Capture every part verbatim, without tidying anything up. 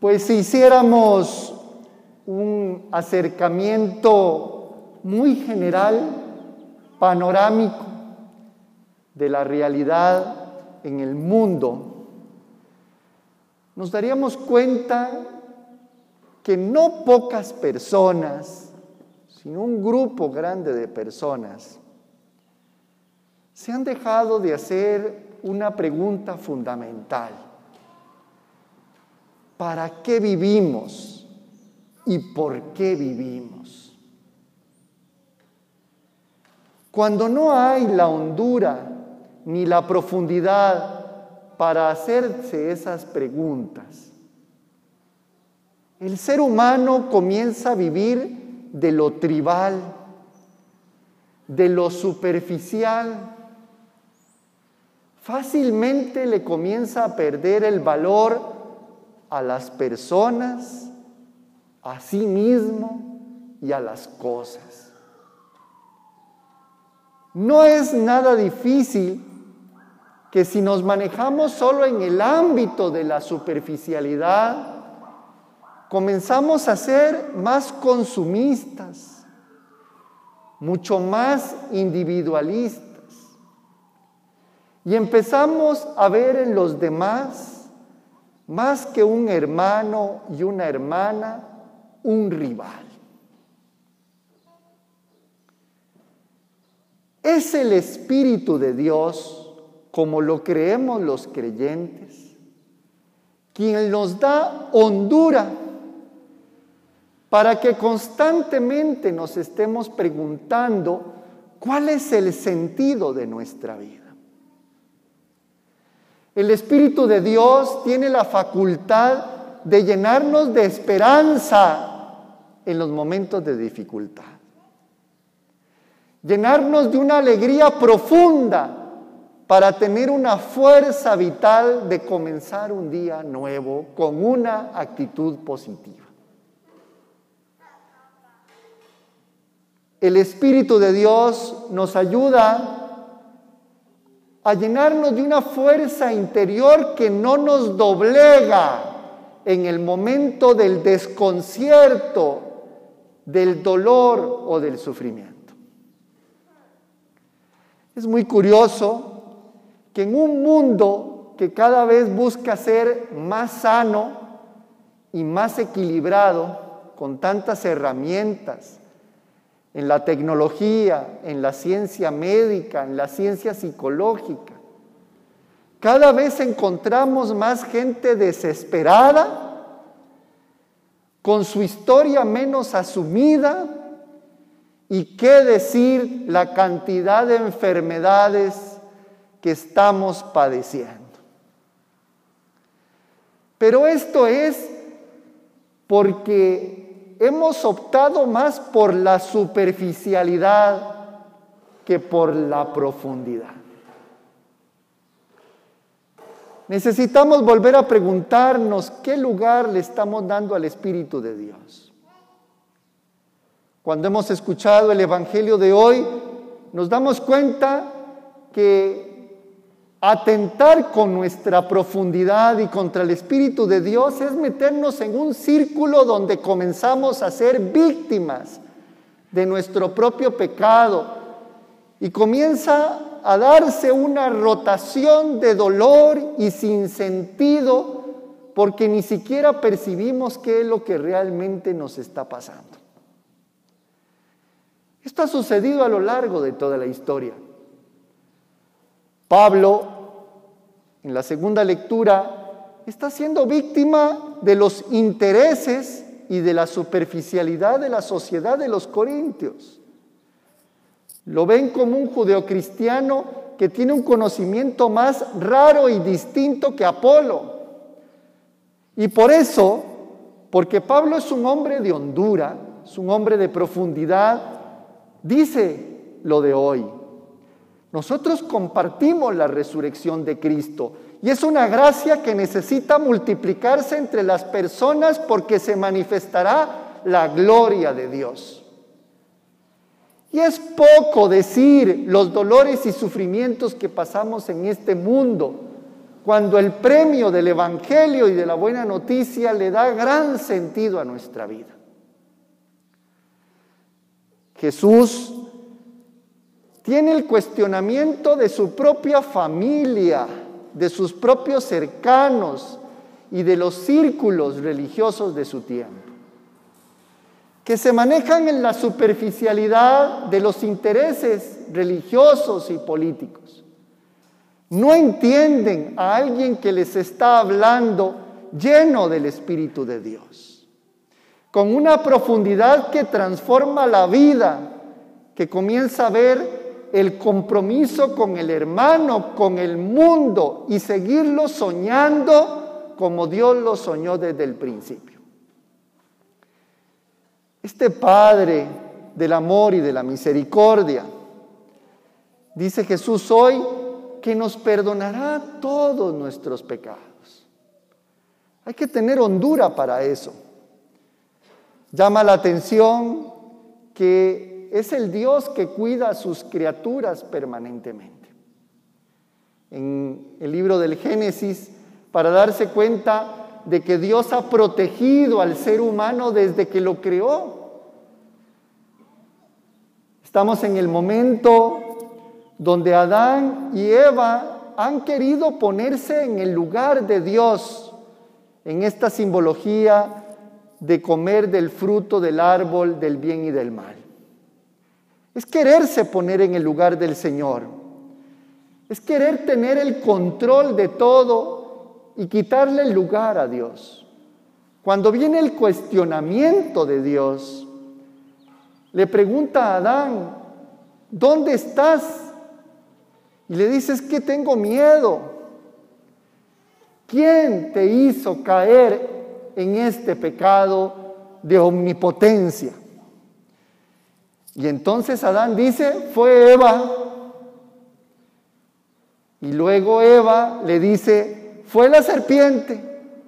Pues si hiciéramos un acercamiento muy general, panorámico, de la realidad en el mundo, nos daríamos cuenta que no pocas personas, sino un grupo grande de personas, se han dejado de hacer una pregunta fundamental: ¿para qué vivimos y por qué vivimos? Cuando no hay la hondura ni la profundidad para hacerse esas preguntas, el ser humano comienza a vivir de lo tribal, de lo superficial. Fácilmente le comienza a perder el valor a las personas, a sí mismo y a las cosas. No es nada difícil que si nos manejamos solo en el ámbito de la superficialidad, comenzamos a ser más consumistas, mucho más individualistas, y empezamos a ver en los demás, más que un hermano y una hermana, un rival. Es el Espíritu de Dios, como lo creemos los creyentes, quien nos da hondura para que constantemente nos estemos preguntando cuál es el sentido de nuestra vida. El Espíritu de Dios tiene la facultad de llenarnos de esperanza en los momentos de dificultad, llenarnos de una alegría profunda para tener una fuerza vital de comenzar un día nuevo con una actitud positiva. El Espíritu de Dios nos ayuda a llenarnos de una fuerza interior que no nos doblega en el momento del desconcierto, del dolor o del sufrimiento. Es muy curioso que en un mundo que cada vez busca ser más sano y más equilibrado, con tantas herramientas, en la tecnología, en la ciencia médica, en la ciencia psicológica, cada vez encontramos más gente desesperada, con su historia menos asumida, y qué decir la cantidad de enfermedades que estamos padeciendo. Pero esto es porque hemos optado más por la superficialidad que por la profundidad. Necesitamos volver a preguntarnos qué lugar le estamos dando al Espíritu de Dios. Cuando hemos escuchado el Evangelio de hoy, nos damos cuenta que atentar con nuestra profundidad y contra el Espíritu de Dios es meternos en un círculo donde comenzamos a ser víctimas de nuestro propio pecado y comienza a darse una rotación de dolor y sin sentido porque ni siquiera percibimos qué es lo que realmente nos está pasando. Esto ha sucedido a lo largo de toda la historia. Pablo, en la segunda lectura, está siendo víctima de los intereses y de la superficialidad de la sociedad de los corintios. Lo ven como un judeocristiano que tiene un conocimiento más raro y distinto que Apolo. Y por eso, porque Pablo es un hombre de hondura, es un hombre de profundidad, dice lo de hoy. Nosotros compartimos la resurrección de Cristo y es una gracia que necesita multiplicarse entre las personas porque se manifestará la gloria de Dios. Y es poco decir los dolores y sufrimientos que pasamos en este mundo, cuando el premio del Evangelio y de la buena noticia le da gran sentido a nuestra vida. Jesús tiene el cuestionamiento de su propia familia, de sus propios cercanos y de los círculos religiosos de su tiempo, que se manejan en la superficialidad de los intereses religiosos y políticos. No entienden a alguien que les está hablando lleno del Espíritu de Dios, con una profundidad que transforma la vida, que comienza a ver el compromiso con el hermano, con el mundo y seguirlo soñando como Dios lo soñó desde el principio. Este Padre del amor y de la misericordia, dice Jesús hoy, que nos perdonará todos nuestros pecados. Hay que tener hondura para eso. Llama la atención que es el Dios que cuida a sus criaturas permanentemente. En el libro del Génesis, para darse cuenta de que Dios ha protegido al ser humano desde que lo creó. Estamos en el momento donde Adán y Eva han querido ponerse en el lugar de Dios, en esta simbología de comer del fruto del árbol del bien y del mal. Es quererse poner en el lugar del Señor, es querer tener el control de todo y quitarle el lugar a Dios. Cuando viene el cuestionamiento de Dios, le pregunta a Adán, ¿dónde estás? Y le dices que tengo miedo. ¿Quién te hizo caer en este pecado de omnipotencia? Y entonces Adán dice, fue Eva. Y luego Eva le dice, fue la serpiente.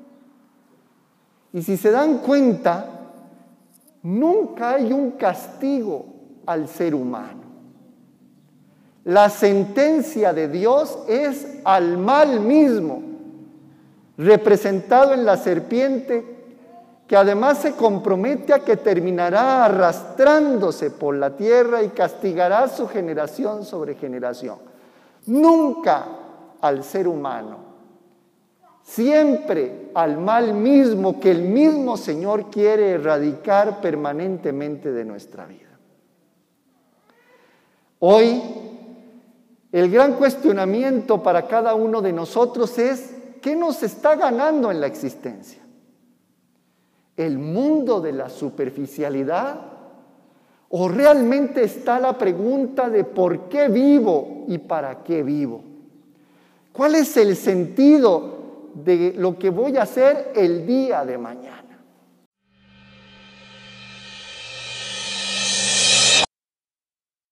Y si se dan cuenta, nunca hay un castigo al ser humano. La sentencia de Dios es al mal mismo, representado en la serpiente, que además se compromete a que terminará arrastrándose por la tierra y castigará su generación sobre generación. Nunca al ser humano, siempre al mal mismo que el mismo Señor quiere erradicar permanentemente de nuestra vida. Hoy, el gran cuestionamiento para cada uno de nosotros es, ¿qué nos está ganando en la existencia? ¿El mundo de la superficialidad? ¿O realmente está la pregunta de por qué vivo y para qué vivo? ¿Cuál es el sentido de lo que voy a hacer el día de mañana?